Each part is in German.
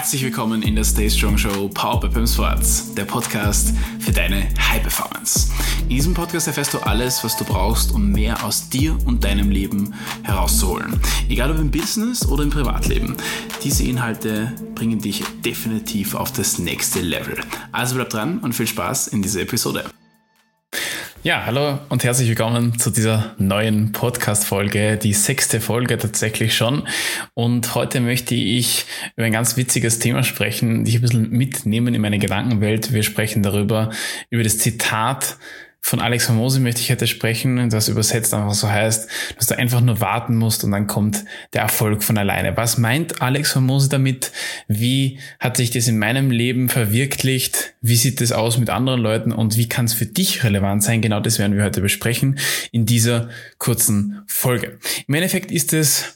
Herzlich willkommen in der Stay Strong Show Powered by Pim Swartz, der Podcast für deine High Performance. In diesem Podcast erfährst du alles, was du brauchst, um mehr aus dir und deinem Leben herauszuholen. Egal ob im Business oder im Privatleben. Diese Inhalte bringen dich definitiv auf das nächste Level. Also bleib dran und viel Spaß in dieser Episode. Ja, hallo und herzlich willkommen zu dieser neuen Podcast-Folge, die 6. Folge tatsächlich schon. Und heute möchte ich über ein ganz witziges Thema sprechen, dich ein bisschen mitnehmen in meine Gedankenwelt. Wir sprechen über das Zitat von Alex Hormozi möchte ich heute sprechen, das übersetzt einfach so heißt, dass du einfach nur warten musst und dann kommt der Erfolg von alleine. Was meint Alex Hormozi damit? Wie hat sich das in meinem Leben verwirklicht? Wie sieht das aus mit anderen Leuten und wie kann es für dich relevant sein? Genau das werden wir heute besprechen in dieser kurzen Folge. Im Endeffekt ist das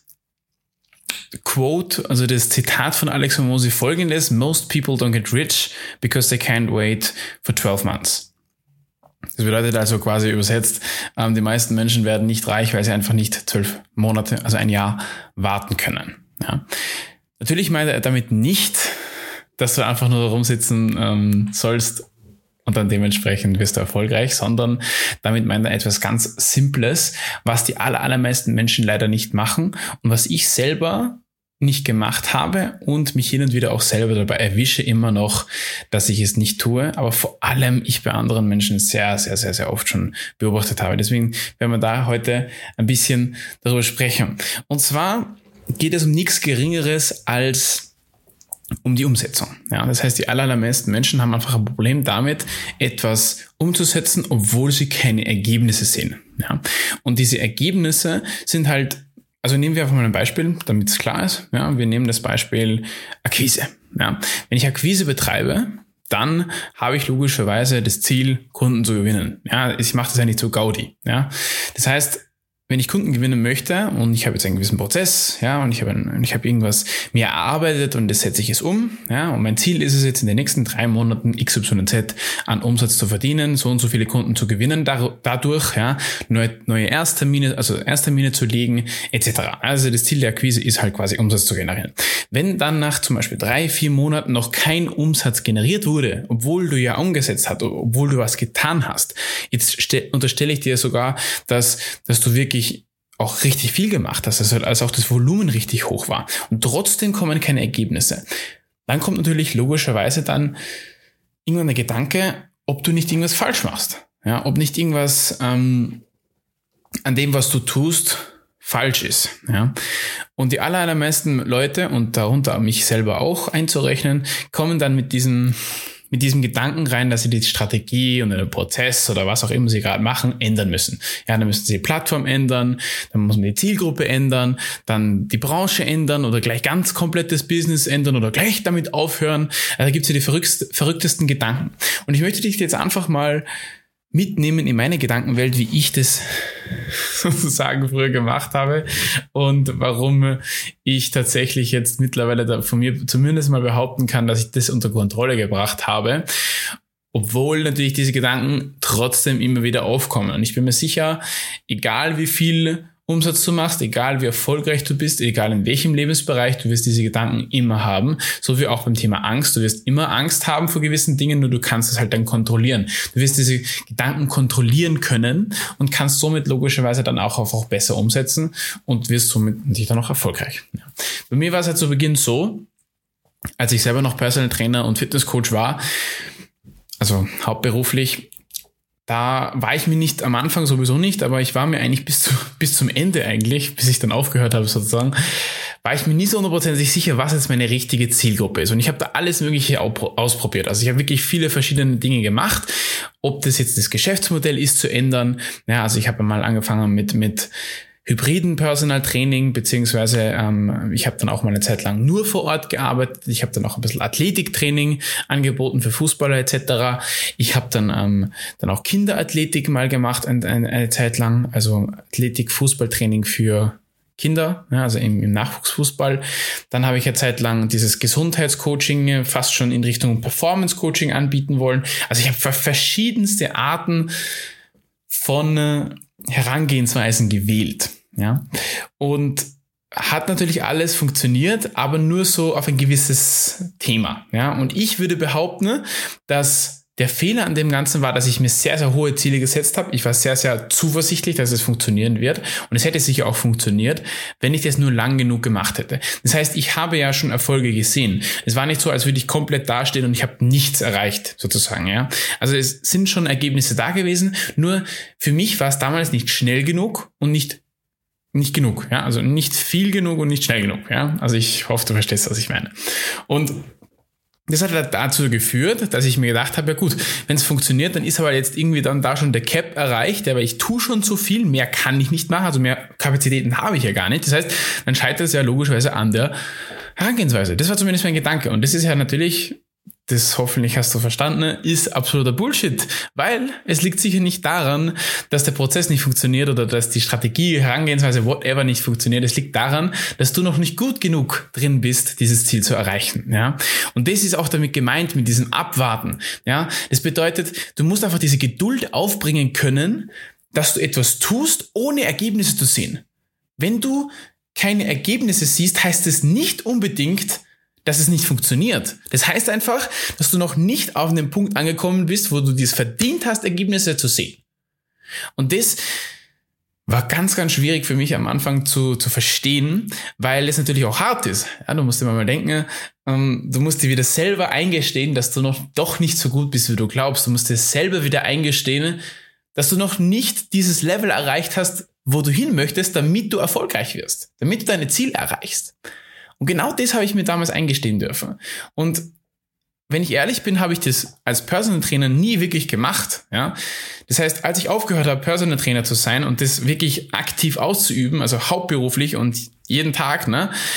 Quote, also das Zitat von Alex Hormozi folgendes: Most people don't get rich because they can't wait for 12 months. Das bedeutet also quasi übersetzt, die meisten Menschen werden nicht reich, weil sie einfach nicht 12 Monate, also ein Jahr warten können. Ja. Natürlich meint er damit nicht, dass du einfach nur rumsitzen sollst und dann dementsprechend wirst du erfolgreich, sondern damit meint er etwas ganz Simples, was die allermeisten Menschen leider nicht machen und was ich selber nicht gemacht habe und mich hin und wieder auch selber dabei erwische immer noch, dass ich es nicht tue, aber vor allem ich bei anderen Menschen sehr, sehr, sehr, sehr oft schon beobachtet habe. Deswegen werden wir da heute ein bisschen darüber sprechen. Und zwar geht es um nichts Geringeres als um die Umsetzung. Ja, das heißt, die allermeisten Menschen haben einfach ein Problem damit, etwas umzusetzen, obwohl sie keine Ergebnisse sehen. Ja, und diese Ergebnisse sind halt, also nehmen wir einfach mal ein Beispiel, damit es klar ist. Ja, wir nehmen das Beispiel Akquise. Ja, wenn ich Akquise betreibe, dann habe ich logischerweise das Ziel, Kunden zu gewinnen. Ja, ich mache das ja nicht so Gaudi. Ja, das heißt, wenn ich Kunden gewinnen möchte und ich habe jetzt einen gewissen Prozess, ja, und ich habe irgendwas mir erarbeitet und das setze ich es um, ja, und mein Ziel ist es jetzt in den nächsten 3 Monaten XYZ an Umsatz zu verdienen, so und so viele Kunden zu gewinnen, dadurch, ja, neue Ersttermine zu legen, etc. Also das Ziel der Akquise ist halt quasi Umsatz zu generieren. Wenn dann nach zum Beispiel 3-4 Monaten noch kein Umsatz generiert wurde, obwohl du ja umgesetzt hast, obwohl du was getan hast, jetzt unterstelle ich dir sogar, dass du wirklich auch richtig viel gemacht hast, also auch das Volumen richtig hoch war und trotzdem kommen keine Ergebnisse. Dann kommt natürlich logischerweise dann irgendwann der Gedanke, ob du nicht irgendwas falsch machst, ja, ob nicht irgendwas an dem, was du tust, falsch ist, ja. Und die allermeisten Leute, und darunter mich selber auch einzurechnen, kommen dann mit diesem Gedanken rein, dass sie die Strategie und den Prozess oder was auch immer sie gerade machen, ändern müssen. Ja, dann müssen sie die Plattform ändern, dann muss man die Zielgruppe ändern, dann die Branche ändern oder gleich ganz komplettes Business ändern oder gleich damit aufhören. Also da gibt es ja die verrücktesten Gedanken. Und ich möchte dich jetzt einfach mal mitnehmen in meine Gedankenwelt, wie ich das sozusagen früher gemacht habe und warum ich tatsächlich jetzt mittlerweile da von mir zumindest mal behaupten kann, dass ich das unter Kontrolle gebracht habe, obwohl natürlich diese Gedanken trotzdem immer wieder aufkommen. Und ich bin mir sicher, egal wie viel Umsatz du machst, egal wie erfolgreich du bist, egal in welchem Lebensbereich, du wirst diese Gedanken immer haben, so wie auch beim Thema Angst. Du wirst immer Angst haben vor gewissen Dingen, nur du kannst es halt dann kontrollieren. Du wirst diese Gedanken kontrollieren können und kannst somit logischerweise dann auch besser umsetzen und wirst somit natürlich dann auch erfolgreich. Ja. Bei mir war es halt zu Beginn so, als ich selber noch Personal Trainer und Fitnesscoach war, also hauptberuflich, da war ich mir nicht, am Anfang sowieso nicht, aber ich war mir eigentlich bis zum Ende eigentlich, bis ich dann aufgehört habe sozusagen, war ich mir nie so 100% sicher, was jetzt meine richtige Zielgruppe ist. Und ich habe da alles Mögliche ausprobiert. Also ich habe wirklich viele verschiedene Dinge gemacht. Ob das jetzt das Geschäftsmodell ist zu ändern. Ja, also ich habe mal angefangen mit hybriden Personal Training, beziehungsweise ich habe dann auch mal eine Zeit lang nur vor Ort gearbeitet. Ich habe dann auch ein bisschen Athletiktraining angeboten für Fußballer etc. Ich habe dann auch Kinderathletik mal gemacht eine Zeit lang, also Athletik, Fußballtraining für Kinder, ja, also im Nachwuchsfußball. Dann habe ich eine Zeit lang dieses Gesundheitscoaching fast schon in Richtung Performance-Coaching anbieten wollen. Also ich habe verschiedenste Arten von Herangehensweisen gewählt. Ja, und hat natürlich alles funktioniert, aber nur so auf ein gewisses Thema. Ja? Und ich würde behaupten, dass der Fehler an dem Ganzen war, dass ich mir sehr, sehr hohe Ziele gesetzt habe. Ich war sehr, sehr zuversichtlich, dass es funktionieren wird. Und es hätte sicher auch funktioniert, wenn ich das nur lang genug gemacht hätte. Das heißt, ich habe ja schon Erfolge gesehen. Es war nicht so, als würde ich komplett dastehen und ich habe nichts erreicht, sozusagen. Ja. Also es sind schon Ergebnisse da gewesen. Nur für mich war es damals nicht schnell genug und nicht genug. Ja. Also nicht viel genug und nicht schnell genug. Ja. Also ich hoffe, du verstehst, was ich meine. Und das hat dazu geführt, dass ich mir gedacht habe, ja gut, wenn es funktioniert, dann ist aber jetzt irgendwie dann da schon der Cap erreicht, aber ich tue schon zu viel, mehr kann ich nicht machen, also mehr Kapazitäten habe ich ja gar nicht. Das heißt, dann scheitert es ja logischerweise an der Herangehensweise. Das war zumindest mein Gedanke und das ist ja natürlich, das hoffentlich hast du verstanden, ist absoluter Bullshit, weil es liegt sicher nicht daran, dass der Prozess nicht funktioniert oder dass die Strategie, Herangehensweise, whatever nicht funktioniert. Es liegt daran, dass du noch nicht gut genug drin bist, dieses Ziel zu erreichen. Ja? Und das ist auch damit gemeint, mit diesem Abwarten. Ja? Das bedeutet, du musst einfach diese Geduld aufbringen können, dass du etwas tust, ohne Ergebnisse zu sehen. Wenn du keine Ergebnisse siehst, heißt es nicht unbedingt, dass es nicht funktioniert. Das heißt einfach, dass du noch nicht auf einem Punkt angekommen bist, wo du dies verdient hast, Ergebnisse zu sehen. Und das war ganz, ganz schwierig für mich am Anfang zu verstehen, weil es natürlich auch hart ist. Ja, du musst dir mal denken, du musst dir wieder selber eingestehen, dass du noch doch nicht so gut bist, wie du glaubst. Du musst dir selber wieder eingestehen, dass du noch nicht dieses Level erreicht hast, wo du hin möchtest, damit du erfolgreich wirst, damit du deine Ziele erreichst. Und genau das habe ich mir damals eingestehen dürfen. Und wenn ich ehrlich bin, habe ich das als Personal Trainer nie wirklich gemacht. Ja? Das heißt, als ich aufgehört habe, Personal Trainer zu sein und das wirklich aktiv auszuüben, also hauptberuflich und jeden Tag,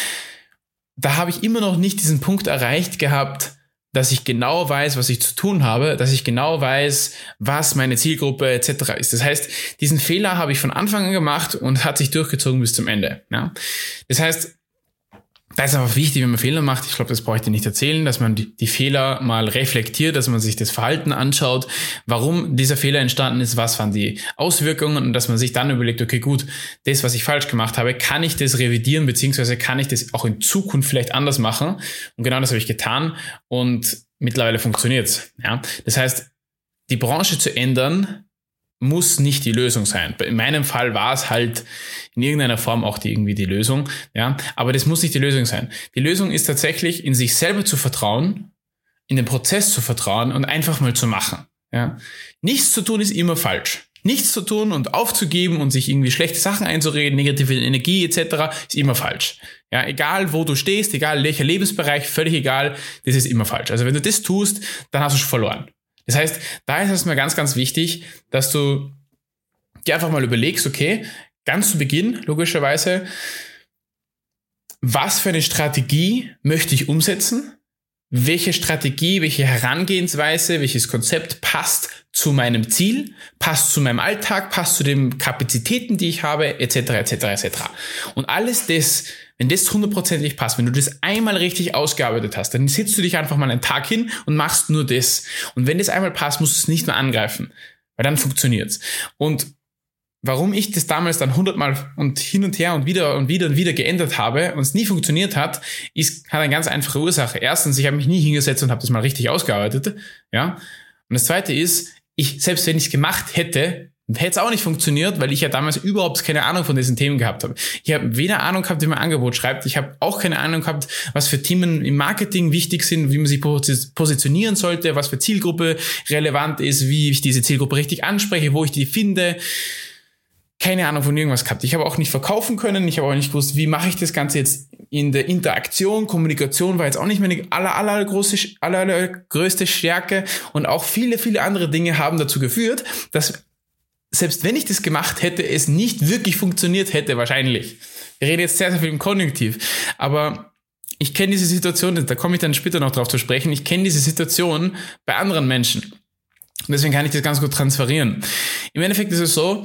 da habe ich immer noch nicht diesen Punkt erreicht gehabt, dass ich genau weiß, was ich zu tun habe, dass ich genau weiß, was meine Zielgruppe etc. ist. Das heißt, diesen Fehler habe ich von Anfang an gemacht und hat sich durchgezogen bis zum Ende. Ja? Das heißt, da ist aber wichtig, wenn man Fehler macht, ich glaube, das brauche ich dir nicht erzählen, dass man die Fehler mal reflektiert, dass man sich das Verhalten anschaut, warum dieser Fehler entstanden ist, was waren die Auswirkungen und dass man sich dann überlegt, okay, gut, das, was ich falsch gemacht habe, kann ich das revidieren, beziehungsweise kann ich das auch in Zukunft vielleicht anders machen? Und genau das habe ich getan und mittlerweile funktioniert's. Ja? Das heißt, die Branche zu ändern, muss nicht die Lösung sein. In meinem Fall war es halt in irgendeiner Form auch die Lösung, ja. Aber das muss nicht die Lösung sein. Die Lösung ist tatsächlich, in sich selber zu vertrauen, in den Prozess zu vertrauen und einfach mal zu machen, ja. Nichts zu tun ist immer falsch. Nichts zu tun und aufzugeben und sich irgendwie schlechte Sachen einzureden, negative Energie etc. ist immer falsch. Ja, egal wo du stehst, egal welcher Lebensbereich, völlig egal, das ist immer falsch. Also wenn du das tust, dann hast du schon verloren. Das heißt, da ist es mir ganz, ganz wichtig, dass du dir einfach mal überlegst, okay, ganz zu Beginn, logischerweise, was für eine Strategie möchte ich umsetzen? Welche Strategie, welche Herangehensweise, welches Konzept passt zu meinem Ziel, passt zu meinem Alltag, passt zu den Kapazitäten, die ich habe, etc., etc., etc. Und alles das, wenn das 100%ig passt, wenn du das einmal richtig ausgearbeitet hast, dann setzt du dich einfach mal einen Tag hin und machst nur das. Und wenn das einmal passt, musst du es nicht mehr angreifen, weil dann funktioniert's. Und warum ich das damals dann 100-mal und hin und her und wieder und wieder und wieder geändert habe und es nie funktioniert hat, hat eine ganz einfache Ursache. Erstens, ich habe mich nie hingesetzt und habe das mal richtig ausgearbeitet. Ja. Und das Zweite ist, selbst wenn ich es gemacht hätte es auch nicht funktioniert, weil ich ja damals überhaupt keine Ahnung von diesen Themen gehabt habe. Ich habe weder Ahnung gehabt, wie man Angebot schreibt. Ich habe auch keine Ahnung gehabt, was für Themen im Marketing wichtig sind, wie man sich positionieren sollte, was für Zielgruppe relevant ist, wie ich diese Zielgruppe richtig anspreche, wo ich die finde. Keine Ahnung von irgendwas gehabt. Ich habe auch nicht verkaufen können. Ich habe auch nicht gewusst, wie mache ich das Ganze jetzt in der Interaktion. Kommunikation war jetzt auch nicht meine allergrößte Stärke. Und auch viele, viele andere Dinge haben dazu geführt, dass selbst wenn ich das gemacht hätte, es nicht wirklich funktioniert hätte, wahrscheinlich. Wir reden jetzt sehr, sehr viel im Konjunktiv. Aber ich kenne diese Situation, da komme ich dann später noch drauf zu sprechen, ich kenne diese Situation bei anderen Menschen. Und deswegen kann ich das ganz gut transferieren. Im Endeffekt ist es so,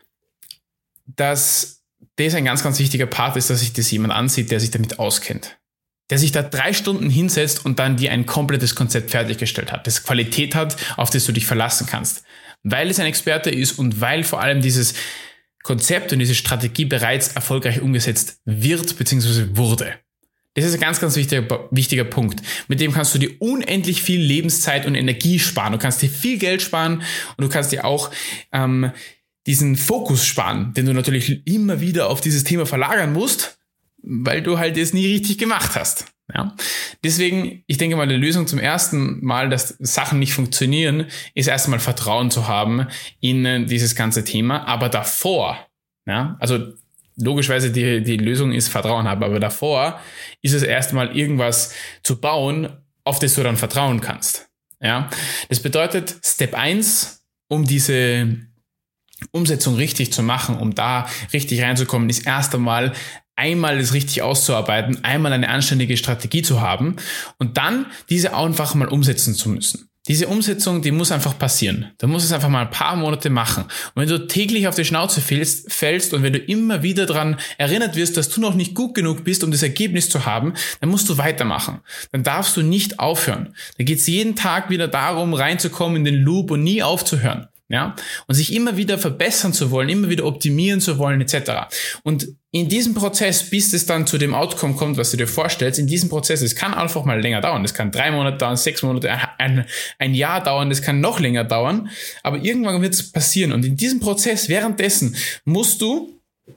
dass das ein ganz, ganz wichtiger Part ist, dass sich das jemand ansieht, der sich damit auskennt. Der sich da 3 Stunden hinsetzt und dann dir ein komplettes Konzept fertiggestellt hat, das Qualität hat, auf das du dich verlassen kannst. Weil es ein Experte ist und weil vor allem dieses Konzept und diese Strategie bereits erfolgreich umgesetzt wird bzw. wurde. Das ist ein ganz, ganz wichtiger Punkt. Mit dem kannst du dir unendlich viel Lebenszeit und Energie sparen. Du kannst dir viel Geld sparen und du kannst dir auch diesen Fokus sparen, den du natürlich immer wieder auf dieses Thema verlagern musst, weil du halt es nie richtig gemacht hast. Ja? Deswegen, ich denke mal, die Lösung zum ersten Mal, dass Sachen nicht funktionieren, ist erstmal Vertrauen zu haben in dieses ganze Thema. Aber davor, ja, also logischerweise die Lösung ist Vertrauen haben, aber davor ist es erstmal irgendwas zu bauen, auf das du dann vertrauen kannst. Ja? Das bedeutet, Step 1, um diese Umsetzung richtig zu machen, um da richtig reinzukommen, ist erst einmal das richtig auszuarbeiten, einmal eine anständige Strategie zu haben und dann diese einfach mal umsetzen zu müssen. Diese Umsetzung, die muss einfach passieren. Da muss es einfach mal ein paar Monate machen. Und wenn du täglich auf die Schnauze fällst und wenn du immer wieder daran erinnert wirst, dass du noch nicht gut genug bist, um das Ergebnis zu haben, dann musst du weitermachen. Dann darfst du nicht aufhören. Da geht es jeden Tag wieder darum, reinzukommen in den Loop und nie aufzuhören. Ja? Und sich immer wieder verbessern zu wollen, immer wieder optimieren zu wollen, etc. Und in diesem Prozess, bis es dann zu dem Outcome kommt, was du dir vorstellst, in diesem Prozess, es kann einfach mal länger dauern. Das kann 3 Monate dauern, 6 Monate, ein Jahr dauern, das kann noch länger dauern. Aber irgendwann wird es passieren. Und in diesem Prozess, währenddessen, musst du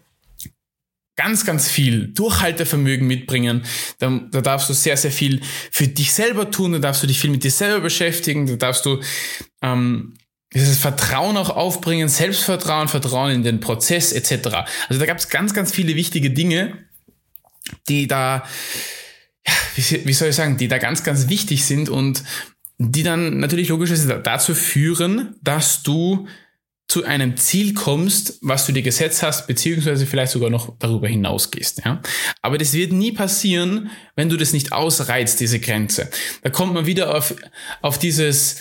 ganz, ganz viel Durchhaltevermögen mitbringen. Da darfst du sehr, sehr viel für dich selber tun. Da darfst du dich viel mit dir selber beschäftigen. Da darfst du dieses Vertrauen auch aufbringen, Selbstvertrauen, Vertrauen in den Prozess etc. Also da gab es ganz, ganz viele wichtige Dinge, die da, wie soll ich sagen, die da ganz, ganz wichtig sind und die dann natürlich logischerweise dazu führen, dass du zu einem Ziel kommst, was du dir gesetzt hast, beziehungsweise vielleicht sogar noch darüber hinausgehst. Ja? Aber das wird nie passieren, wenn du das nicht ausreizt, diese Grenze. Da kommt man wieder auf diese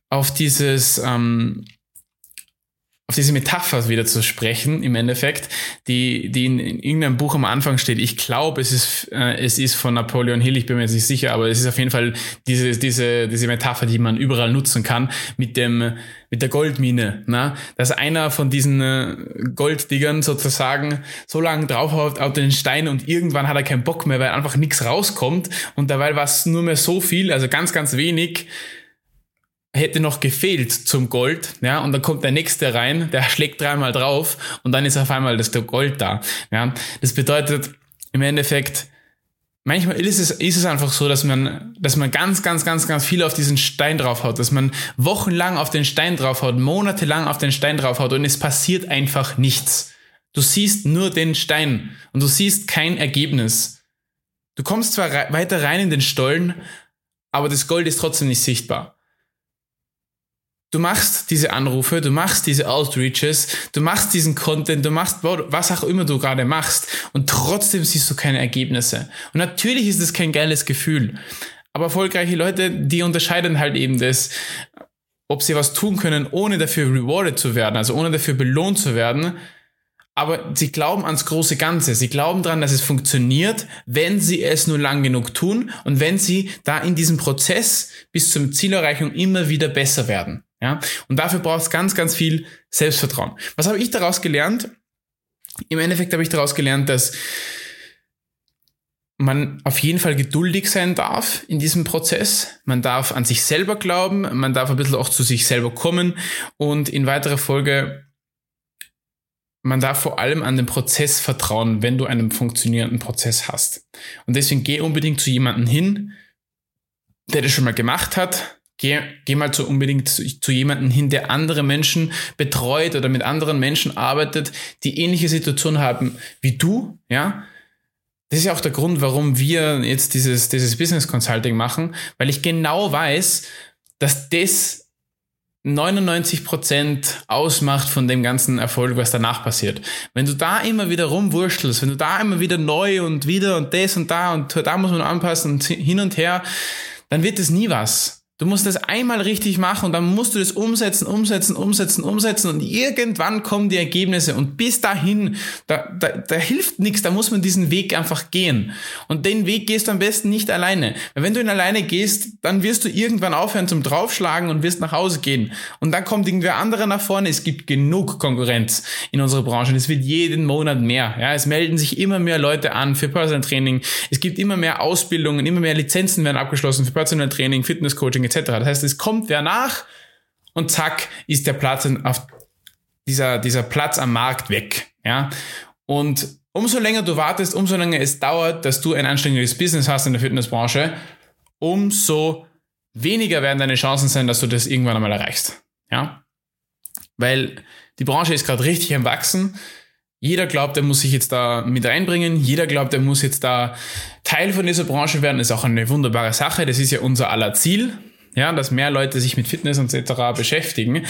Metapher wieder zu sprechen, im Endeffekt, die in irgendeinem Buch am Anfang steht. Ich glaube, es ist von Napoleon Hill, ich bin mir jetzt nicht sicher, aber es ist auf jeden Fall diese Metapher, die man überall nutzen kann, mit der Goldmine, ne? Dass einer von diesen Golddiggern sozusagen so lange draufhaut auf den Stein und irgendwann hat er keinen Bock mehr, weil einfach nichts rauskommt und dabei war es nur mehr so viel, also ganz, ganz wenig, hätte noch gefehlt zum Gold, ja, und dann kommt der nächste rein, der schlägt 3-mal drauf und dann ist auf einmal das Gold da, ja. Das bedeutet im Endeffekt, manchmal ist es einfach so, dass man ganz, ganz, ganz, ganz viel auf diesen Stein draufhaut, dass man wochenlang auf den Stein draufhaut, monatelang auf den Stein draufhaut und es passiert einfach nichts. Du siehst nur den Stein und du siehst kein Ergebnis. Du kommst zwar weiter rein in den Stollen, aber das Gold ist trotzdem nicht sichtbar. Du machst diese Anrufe, du machst diese Outreaches, du machst diesen Content, du machst was auch immer du gerade machst und trotzdem siehst du keine Ergebnisse. Und natürlich ist es kein geiles Gefühl, aber erfolgreiche Leute, die unterscheiden halt eben das, ob sie was tun können, ohne dafür rewarded zu werden, also ohne dafür belohnt zu werden, aber sie glauben ans große Ganze. Sie glauben daran, dass es funktioniert, wenn sie es nur lang genug tun und wenn sie da in diesem Prozess bis zur Zielerreichung immer wieder besser werden. Ja? Und dafür braucht es ganz, ganz viel Selbstvertrauen. Was habe ich daraus gelernt? Im Endeffekt habe ich daraus gelernt, dass man auf jeden Fall geduldig sein darf in diesem Prozess. Man darf an sich selber glauben, man darf ein bisschen auch zu sich selber kommen und in weiterer Folge man darf vor allem an den Prozess vertrauen, wenn du einen funktionierenden Prozess hast. Und deswegen geh unbedingt zu jemandem hin, der das schon mal gemacht hat. Geh mal unbedingt zu jemandem hin, der andere Menschen betreut oder mit anderen Menschen arbeitet, die ähnliche Situationen haben wie du. Ja, das ist ja auch der Grund, warum wir jetzt dieses Business Consulting machen, weil ich genau weiß, dass das 99% ausmacht von dem ganzen Erfolg, was danach passiert. Wenn du da immer wieder rumwurschtelst, wenn du da immer wieder neu und wieder und das und da muss man anpassen und hin und her, dann wird es nie was. Du musst das einmal richtig machen und dann musst du das umsetzen und irgendwann kommen die Ergebnisse und bis dahin, da hilft nichts, da muss man diesen Weg einfach gehen und den Weg gehst du am besten nicht alleine, weil wenn du ihn alleine gehst, dann wirst du irgendwann aufhören zum Draufschlagen und wirst nach Hause gehen und dann kommt irgendwer anderer nach vorne, es gibt genug Konkurrenz in unserer Branche und es wird jeden Monat mehr, ja, es melden sich immer mehr Leute an für Personal Training, es gibt immer mehr Ausbildungen, immer mehr Lizenzen werden abgeschlossen für Personal Training, Fitness Coaching etc. Das heißt, es kommt wer nach und zack, ist der Platz auf dieser Platz am Markt weg. Ja? Und umso länger du wartest, umso länger es dauert, dass du ein anständiges Business hast in der Fitnessbranche, umso weniger werden deine Chancen sein, dass du das irgendwann einmal erreichst. Ja? Weil die Branche ist gerade richtig am Wachsen. Jeder glaubt, er muss sich jetzt da mit reinbringen. Jeder glaubt, er muss jetzt da Teil von dieser Branche werden. Das ist auch eine wunderbare Sache. Das ist ja unser aller Ziel. Ja, dass mehr Leute sich mit Fitness etc. beschäftigen.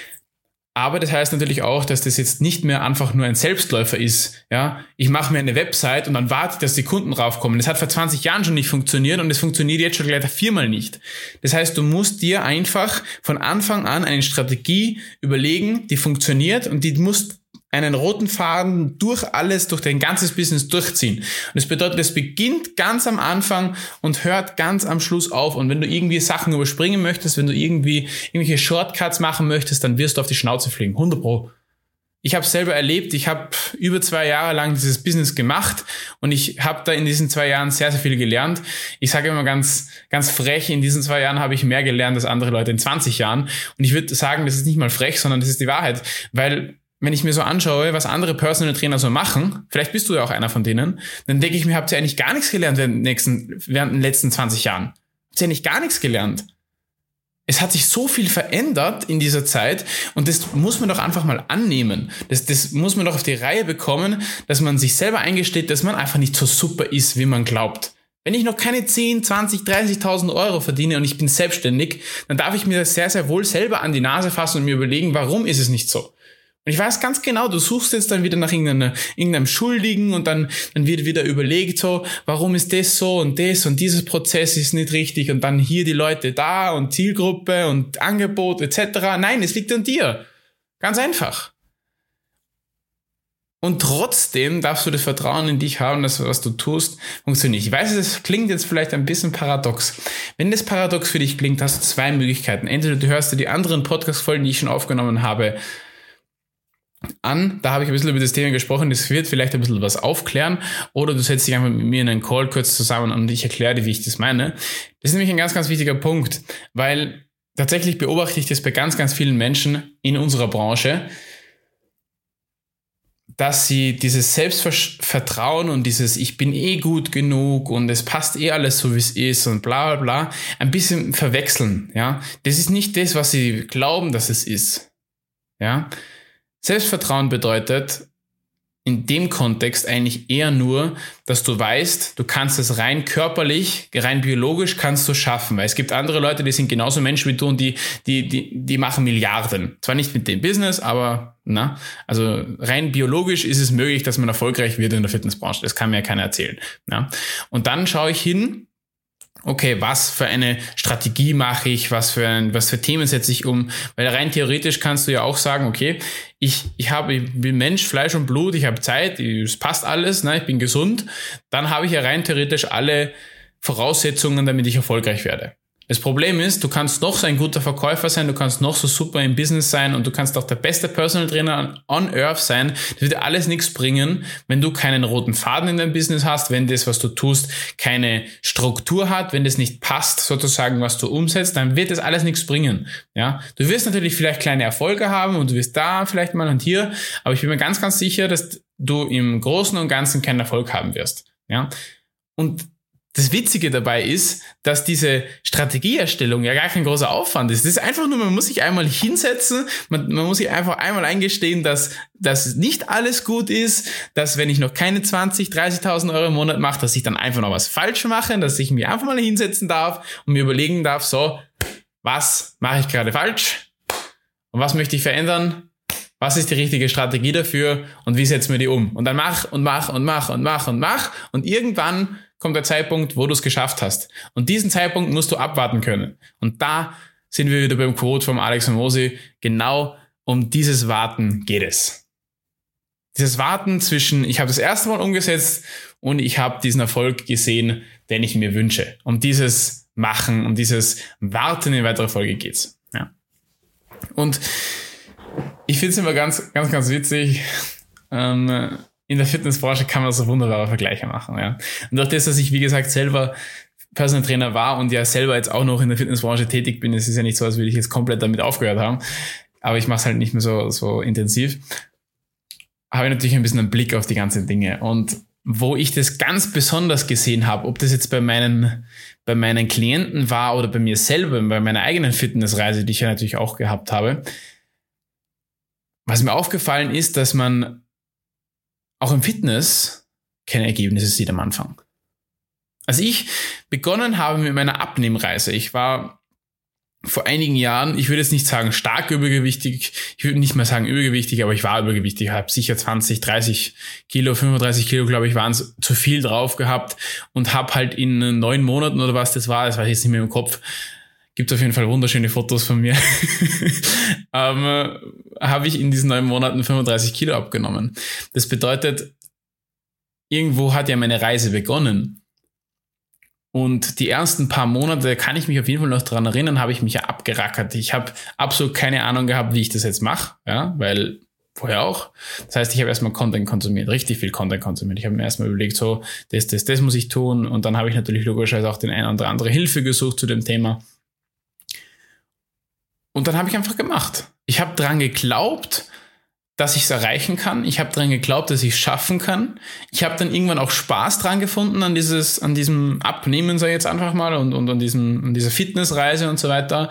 Aber das heißt natürlich auch, dass das jetzt nicht mehr einfach nur ein Selbstläufer ist. Ja, ich mache mir eine Website und dann warte ich, dass die Kunden raufkommen. Das hat vor 20 Jahren schon nicht funktioniert und es funktioniert jetzt schon gleich 4-mal nicht. Das heißt, du musst dir einfach von Anfang an eine Strategie überlegen, die funktioniert und die musst einen roten Faden durch dein ganzes Business durchziehen. Und das bedeutet, es beginnt ganz am Anfang und hört ganz am Schluss auf. Und wenn du irgendwie Sachen überspringen möchtest, wenn du irgendwie irgendwelche Shortcuts machen möchtest, dann wirst du auf die Schnauze fliegen. 100%. Ich habe es selber erlebt. Ich habe über 2 Jahre lang dieses Business gemacht und ich habe da in diesen 2 Jahren sehr, sehr viel gelernt. Ich sage immer ganz, ganz frech, in diesen 2 Jahren habe ich mehr gelernt als andere Leute in 20 Jahren. Und ich würde sagen, das ist nicht mal frech, sondern das ist die Wahrheit, weil wenn ich mir so anschaue, was andere Personal Trainer so machen, vielleicht bist du ja auch einer von denen, dann denke ich mir, habt ihr eigentlich gar nichts gelernt während den letzten 20 Jahren? Habt ihr eigentlich gar nichts gelernt? Es hat sich so viel verändert in dieser Zeit und das muss man doch einfach mal annehmen. Das muss man doch auf die Reihe bekommen, dass man sich selber eingesteht, dass man einfach nicht so super ist, wie man glaubt. Wenn ich noch keine 10, 20, 30.000 Euro verdiene und ich bin selbstständig, dann darf ich mir das sehr, sehr wohl selber an die Nase fassen und mir überlegen, warum ist es nicht so? Und ich weiß ganz genau, du suchst jetzt dann wieder nach irgendeinem Schuldigen und dann wird wieder überlegt so, warum ist das so und dieses Prozess ist nicht richtig und dann hier die Leute da und Zielgruppe und Angebot etc. Nein, es liegt an dir. Ganz einfach. Und trotzdem darfst du das Vertrauen in dich haben, dass was du tust, funktioniert. Ich weiß, es klingt jetzt vielleicht ein bisschen paradox. Wenn das paradox für dich klingt, hast du 2 Möglichkeiten. Entweder du hörst dir die anderen Podcast-Folgen, die ich schon aufgenommen habe, an, da habe ich ein bisschen über das Thema gesprochen, das wird vielleicht ein bisschen was aufklären, oder du setzt dich einfach mit mir in einen Call kurz zusammen und ich erkläre dir, wie ich das meine. Das ist nämlich ein ganz, ganz wichtiger Punkt, weil tatsächlich beobachte ich das bei ganz, ganz vielen Menschen in unserer Branche, dass sie dieses Selbstvertrauen und dieses ich bin eh gut genug und es passt eh alles so, wie es ist und bla bla bla, ein bisschen verwechseln. Ja, das ist nicht das, was sie glauben, dass es ist. Ja, Selbstvertrauen bedeutet in dem Kontext eigentlich eher nur, dass du weißt, du kannst es rein körperlich, rein biologisch kannst du schaffen, weil es gibt andere Leute, die sind genauso Menschen wie du und die machen Milliarden. Zwar nicht mit dem Business, aber also rein biologisch ist es möglich, dass man erfolgreich wird in der Fitnessbranche. Das kann mir ja keiner erzählen. Ja? Und dann schaue ich hin, okay, was für eine Strategie mache ich, was für Themen setze ich um? Weil rein theoretisch kannst du ja auch sagen, okay, ich bin Mensch, Fleisch und Blut, ich habe Zeit, es passt alles, ich bin gesund. Dann habe ich ja rein theoretisch alle Voraussetzungen, damit ich erfolgreich werde. Das Problem ist, du kannst noch so ein guter Verkäufer sein, du kannst noch so super im Business sein und du kannst auch der beste Personal Trainer on Earth sein. Das wird dir alles nichts bringen, wenn du keinen roten Faden in deinem Business hast, wenn das, was du tust, keine Struktur hat, wenn das nicht passt, sozusagen, was du umsetzt, dann wird das alles nichts bringen. Ja, du wirst natürlich vielleicht kleine Erfolge haben und du wirst da vielleicht mal und hier, aber ich bin mir ganz, ganz sicher, dass du im Großen und Ganzen keinen Erfolg haben wirst. Ja, und das Witzige dabei ist, dass diese Strategieerstellung ja gar kein großer Aufwand ist. Das ist einfach nur, man muss sich einmal hinsetzen, man muss sich einfach einmal eingestehen, dass nicht alles gut ist, dass wenn ich noch keine 20.000, 30.000 Euro im Monat mache, dass ich dann einfach noch was falsch mache, dass ich mich einfach mal hinsetzen darf und mir überlegen darf, so, was mache ich gerade falsch und was möchte ich verändern? Was ist die richtige Strategie dafür und wie setzen wir die um? Und dann mach und irgendwann kommt der Zeitpunkt, wo du es geschafft hast. Und diesen Zeitpunkt musst du abwarten können. Und da sind wir wieder beim Quote vom Alex Hormozi. Genau um dieses Warten geht es. Dieses Warten zwischen, ich habe das erste Mal umgesetzt und ich habe diesen Erfolg gesehen, den ich mir wünsche. Um dieses Machen, um dieses Warten in weiterer Folge geht's. Ja. Und ich finde es immer ganz witzig. In der Fitnessbranche kann man so wunderbare Vergleiche machen. Ja. Und durch das, dass ich, wie gesagt, selber Personal Trainer war und ja selber jetzt auch noch in der Fitnessbranche tätig bin, es ist ja nicht so, als würde ich jetzt komplett damit aufgehört haben, aber ich mache es halt nicht mehr so intensiv, habe ich natürlich ein bisschen einen Blick auf die ganzen Dinge. Und wo ich das ganz besonders gesehen habe, ob das jetzt bei meinen Klienten war oder bei mir selber, bei meiner eigenen Fitnessreise, die ich ja natürlich auch gehabt habe, was mir aufgefallen ist, dass man auch im Fitness keine Ergebnisse sieht am Anfang. Als ich begonnen habe mit meiner Abnehmreise, ich war vor einigen Jahren, ich würde jetzt nicht sagen stark übergewichtig, ich würde nicht mal sagen übergewichtig, aber ich war übergewichtig, ich habe sicher 20, 30 Kilo, 35 Kilo, glaube ich, waren es zu viel drauf gehabt und habe halt in 9 Monaten oder was das war, das weiß ich jetzt nicht mehr im Kopf, gibt auf jeden Fall wunderschöne Fotos von mir, habe ich in diesen 9 Monaten 35 Kilo abgenommen. Das bedeutet, irgendwo hat ja meine Reise begonnen. Und die ersten paar Monate, kann ich mich auf jeden Fall noch dran erinnern, habe ich mich ja abgerackert. Ich habe absolut keine Ahnung gehabt, wie ich das jetzt mache, ja, weil vorher auch. Das heißt, ich habe erstmal Content konsumiert, richtig viel Content konsumiert. Ich habe mir erstmal überlegt, so, das muss ich tun. Und dann habe ich natürlich logischerweise auch den ein oder andere Hilfe gesucht zu dem Thema. Und dann habe ich einfach gemacht. Ich habe dran geglaubt, dass ich es erreichen kann. Ich habe dran geglaubt, dass ich es schaffen kann. Ich habe dann irgendwann auch Spaß dran gefunden an diesem Abnehmen, sage ich jetzt einfach mal, und an dieser Fitnessreise und so weiter.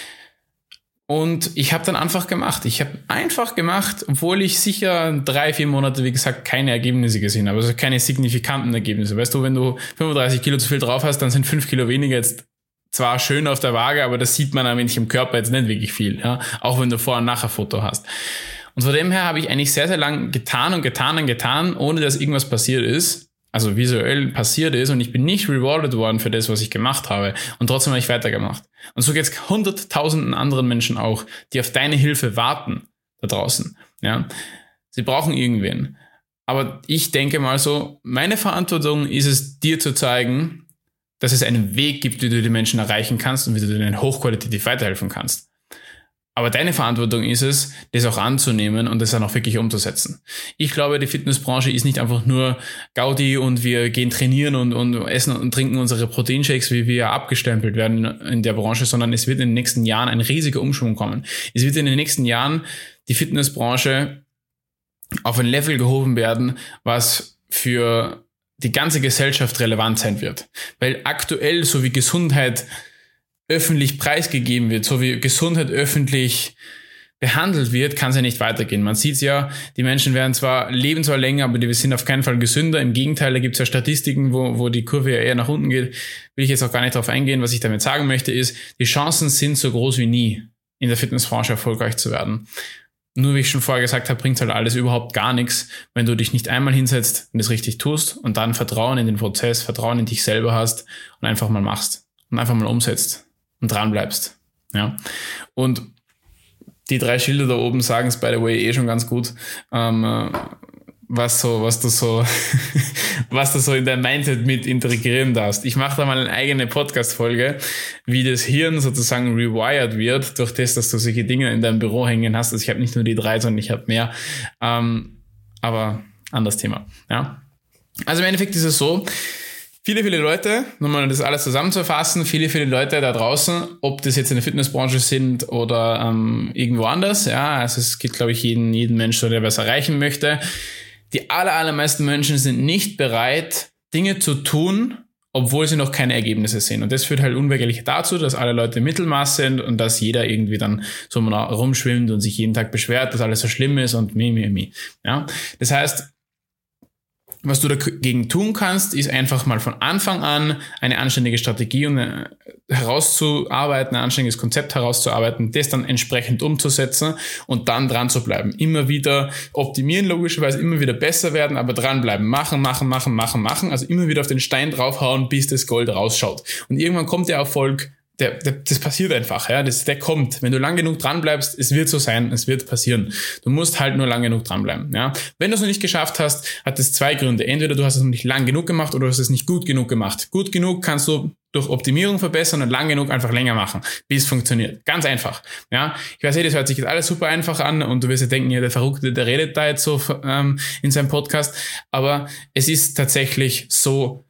Und ich habe dann einfach gemacht. Ich habe einfach gemacht, obwohl ich sicher 3-4 Monate, wie gesagt, keine Ergebnisse gesehen habe. Also keine signifikanten Ergebnisse. Weißt du, wenn du 35 Kilo zu viel drauf hast, dann sind 5 Kilo weniger jetzt zwar schön auf der Waage, aber das sieht man eigentlich im Körper jetzt nicht wirklich viel. Ja? Auch wenn du Vor- und Nachher-Foto hast. Und von dem her habe ich eigentlich sehr, sehr lang getan, ohne dass irgendwas passiert ist. Also visuell passiert ist und ich bin nicht rewarded worden für das, was ich gemacht habe. Und trotzdem habe ich weitergemacht. Und so geht es hunderttausenden anderen Menschen auch, die auf deine Hilfe warten da draußen. Ja? Sie brauchen irgendwen. Aber ich denke mal so, meine Verantwortung ist es, dir zu zeigen, dass es einen Weg gibt, wie du die Menschen erreichen kannst und wie du denen hochqualitativ weiterhelfen kannst. Aber deine Verantwortung ist es, das auch anzunehmen und das dann auch wirklich umzusetzen. Ich glaube, die Fitnessbranche ist nicht einfach nur Gaudi und wir gehen trainieren und essen und trinken unsere Proteinshakes, wie wir abgestempelt werden in der Branche, sondern es wird in den nächsten Jahren ein riesiger Umschwung kommen. Es wird in den nächsten Jahren die Fitnessbranche auf ein Level gehoben werden, was für die ganze Gesellschaft relevant sein wird. Weil aktuell, so wie Gesundheit öffentlich preisgegeben wird, so wie Gesundheit öffentlich behandelt wird, kann es ja nicht weitergehen. Man sieht es ja, die Menschen leben zwar länger, aber die sind auf keinen Fall gesünder. Im Gegenteil, da gibt es ja Statistiken, wo die Kurve ja eher nach unten geht. Will ich jetzt auch gar nicht darauf eingehen. Was ich damit sagen möchte, ist, die Chancen sind so groß wie nie, in der Fitnessbranche erfolgreich zu werden. Nur wie ich schon vorher gesagt habe, bringt halt alles überhaupt gar nichts, wenn du dich nicht einmal hinsetzt und es richtig tust und dann Vertrauen in den Prozess, Vertrauen in dich selber hast und einfach mal machst und einfach mal umsetzt und dran bleibst. Ja. Und die 3 Schilder da oben sagen es, by the way, schon ganz gut, was du so in dein Mindset mit integrieren darfst. Ich mache da mal eine eigene Podcast-Folge, wie das Hirn sozusagen rewired wird, durch das, dass du solche Dinge in deinem Büro hängen hast. Also ich habe nicht nur die 3, sondern ich habe mehr. Aber anderes Thema. Ja. Also im Endeffekt ist es so, viele Leute, nochmal das alles zusammenzufassen, viele Leute da draußen, ob das jetzt in der Fitnessbranche sind oder irgendwo anders, ja, also es gibt, glaube ich, jeden Menschen, der was erreichen möchte. Die allermeisten Menschen sind nicht bereit, Dinge zu tun, obwohl sie noch keine Ergebnisse sehen. Und das führt halt unweigerlich dazu, dass alle Leute Mittelmaß sind und dass jeder irgendwie dann so rumschwimmt und sich jeden Tag beschwert, dass alles so schlimm ist und mi. Ja, das heißt, Was du dagegen tun kannst, ist einfach mal von Anfang an eine anständige Strategie herauszuarbeiten, ein anständiges Konzept herauszuarbeiten, das dann entsprechend umzusetzen und dann dran zu bleiben. Immer wieder optimieren, logischerweise immer wieder besser werden, aber dranbleiben. Machen. Also immer wieder auf den Stein draufhauen, bis das Gold rausschaut. Und irgendwann kommt der Erfolg. Das passiert einfach, ja, der kommt. Wenn du lang genug dran bleibst, es wird so sein, es wird passieren. Du musst halt nur lang genug dranbleiben, ja. Wenn du es noch nicht geschafft hast, hat es 2 Gründe. Entweder du hast es noch nicht lang genug gemacht oder du hast es nicht gut genug gemacht. Gut genug kannst du durch Optimierung verbessern und lang genug einfach länger machen, bis es funktioniert. Ganz einfach, ja. Ich weiß, das hört sich jetzt alles super einfach an und du wirst ja denken, ja, der Verrückte, der redet da jetzt so in seinem Podcast, aber es ist tatsächlich so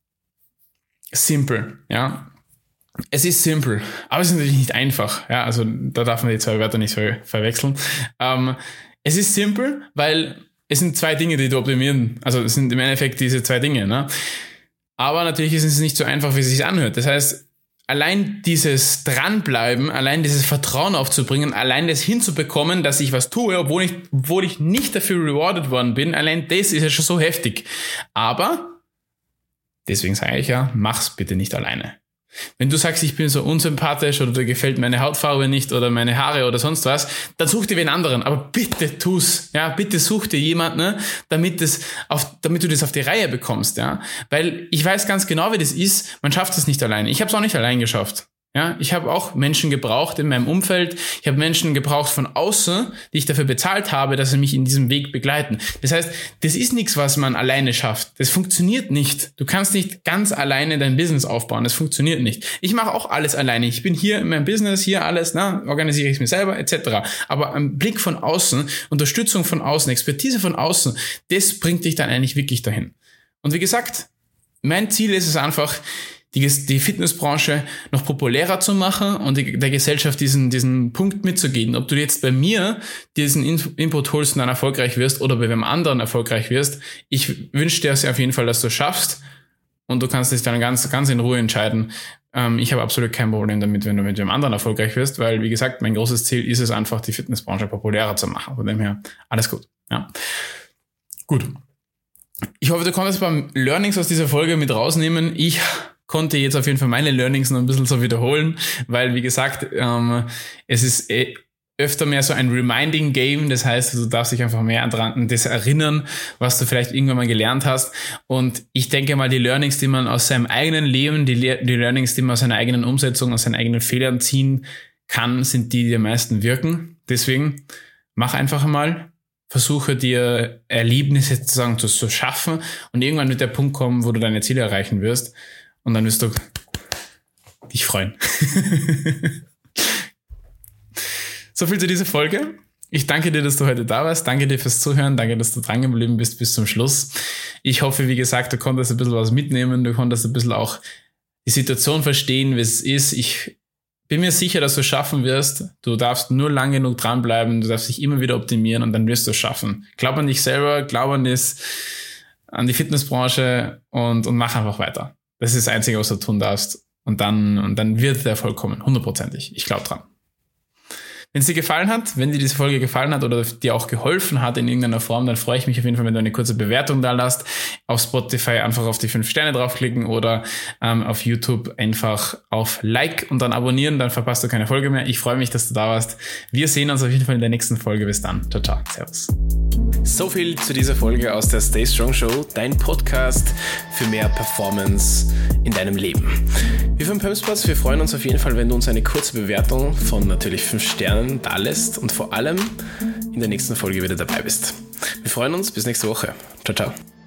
simpel, ja. Es ist simpel, aber es ist natürlich nicht einfach. Ja, also da darf man die 2 Wörter nicht verwechseln. Es ist simpel, weil es sind 2 Dinge, die du optimieren. Also es sind im Endeffekt diese 2 Dinge. Ne? Aber natürlich ist es nicht so einfach, wie es sich anhört. Das heißt, allein dieses Dranbleiben, allein dieses Vertrauen aufzubringen, allein das hinzubekommen, dass ich was tue, obwohl ich nicht dafür rewarded worden bin, allein das ist ja schon so heftig. Aber, deswegen sage ich ja, mach's bitte nicht alleine. Wenn du sagst, ich bin so unsympathisch oder dir gefällt meine Hautfarbe nicht oder meine Haare oder sonst was, dann such dir wen anderen. Aber bitte tu's. Ja, bitte such dir jemanden, damit du das auf die Reihe bekommst. Ja, weil ich weiß ganz genau, wie das ist. Man schafft es nicht alleine. Ich habe es auch nicht allein geschafft. Ja, ich habe auch Menschen gebraucht in meinem Umfeld. Ich habe Menschen gebraucht von außen, die ich dafür bezahlt habe, dass sie mich in diesem Weg begleiten. Das heißt, das ist nichts, was man alleine schafft. Das funktioniert nicht. Du kannst nicht ganz alleine dein Business aufbauen. Das funktioniert nicht. Ich mache auch alles alleine. Ich bin hier in meinem Business, hier alles, organisiere ich es mir selber, etc. Aber ein Blick von außen, Unterstützung von außen, Expertise von außen, das bringt dich dann eigentlich wirklich dahin. Und wie gesagt, mein Ziel ist es einfach, die Fitnessbranche noch populärer zu machen und der Gesellschaft diesen Punkt mitzugeben. Ob du jetzt bei mir diesen Input holst und dann erfolgreich wirst oder bei wem anderen erfolgreich wirst, ich wünsche dir auf jeden Fall, dass du es schaffst und du kannst dich dann ganz, ganz in Ruhe entscheiden. Ich habe absolut kein Problem damit, wenn du mit wem anderen erfolgreich wirst, weil, wie gesagt, mein großes Ziel ist es einfach, die Fitnessbranche populärer zu machen. Von dem her, alles gut. Ja. Gut. Ich hoffe, du konntest beim Learnings aus dieser Folge mit rausnehmen. Ich konnte jetzt auf jeden Fall meine Learnings noch ein bisschen so wiederholen, weil, wie gesagt, es ist öfter mehr so ein Reminding-Game, das heißt, du darfst dich einfach mehr an das erinnern, was du vielleicht irgendwann mal gelernt hast. Und ich denke mal, die Learnings, die man aus seinem eigenen Leben, die Learnings, die man aus seiner eigenen Umsetzung, aus seinen eigenen Fehlern ziehen kann, sind die am meisten wirken. Deswegen mach einfach mal, versuche dir Erlebnisse sozusagen zu schaffen und irgendwann wird der Punkt kommen, wo du deine Ziele erreichen wirst. Und dann wirst du dich freuen. So viel zu dieser Folge. Ich danke dir, dass du heute da warst. Danke dir fürs Zuhören. Danke, dass du dran geblieben bist bis zum Schluss. Ich hoffe, wie gesagt, du konntest ein bisschen was mitnehmen. Du konntest ein bisschen auch die Situation verstehen, wie es ist. Ich bin mir sicher, dass du es schaffen wirst. Du darfst nur lang genug dranbleiben. Du darfst dich immer wieder optimieren und dann wirst du es schaffen. Glaub an dich selber, glaub an die Fitnessbranche und mach einfach weiter. Das ist das Einzige, was du tun darfst. Und dann wird der Erfolg kommen. 100%. Ich glaube dran. Wenn es dir gefallen hat, wenn dir diese Folge gefallen hat oder dir auch geholfen hat in irgendeiner Form, dann freue ich mich auf jeden Fall, wenn du eine kurze Bewertung da lässt. Auf Spotify einfach auf die 5 Sterne draufklicken oder auf YouTube einfach auf Like und dann abonnieren, dann verpasst du keine Folge mehr. Ich freue mich, dass du da warst. Wir sehen uns auf jeden Fall in der nächsten Folge. Bis dann. Ciao, ciao. Servus. So viel zu dieser Folge aus der Stay Strong Show, dein Podcast für mehr Performance in deinem Leben. Wir von Pömsplatz, wir freuen uns auf jeden Fall, wenn du uns eine kurze Bewertung von natürlich 5 Sternen da lässt und vor allem in der nächsten Folge wieder dabei bist. Wir freuen uns, bis nächste Woche. Ciao, ciao.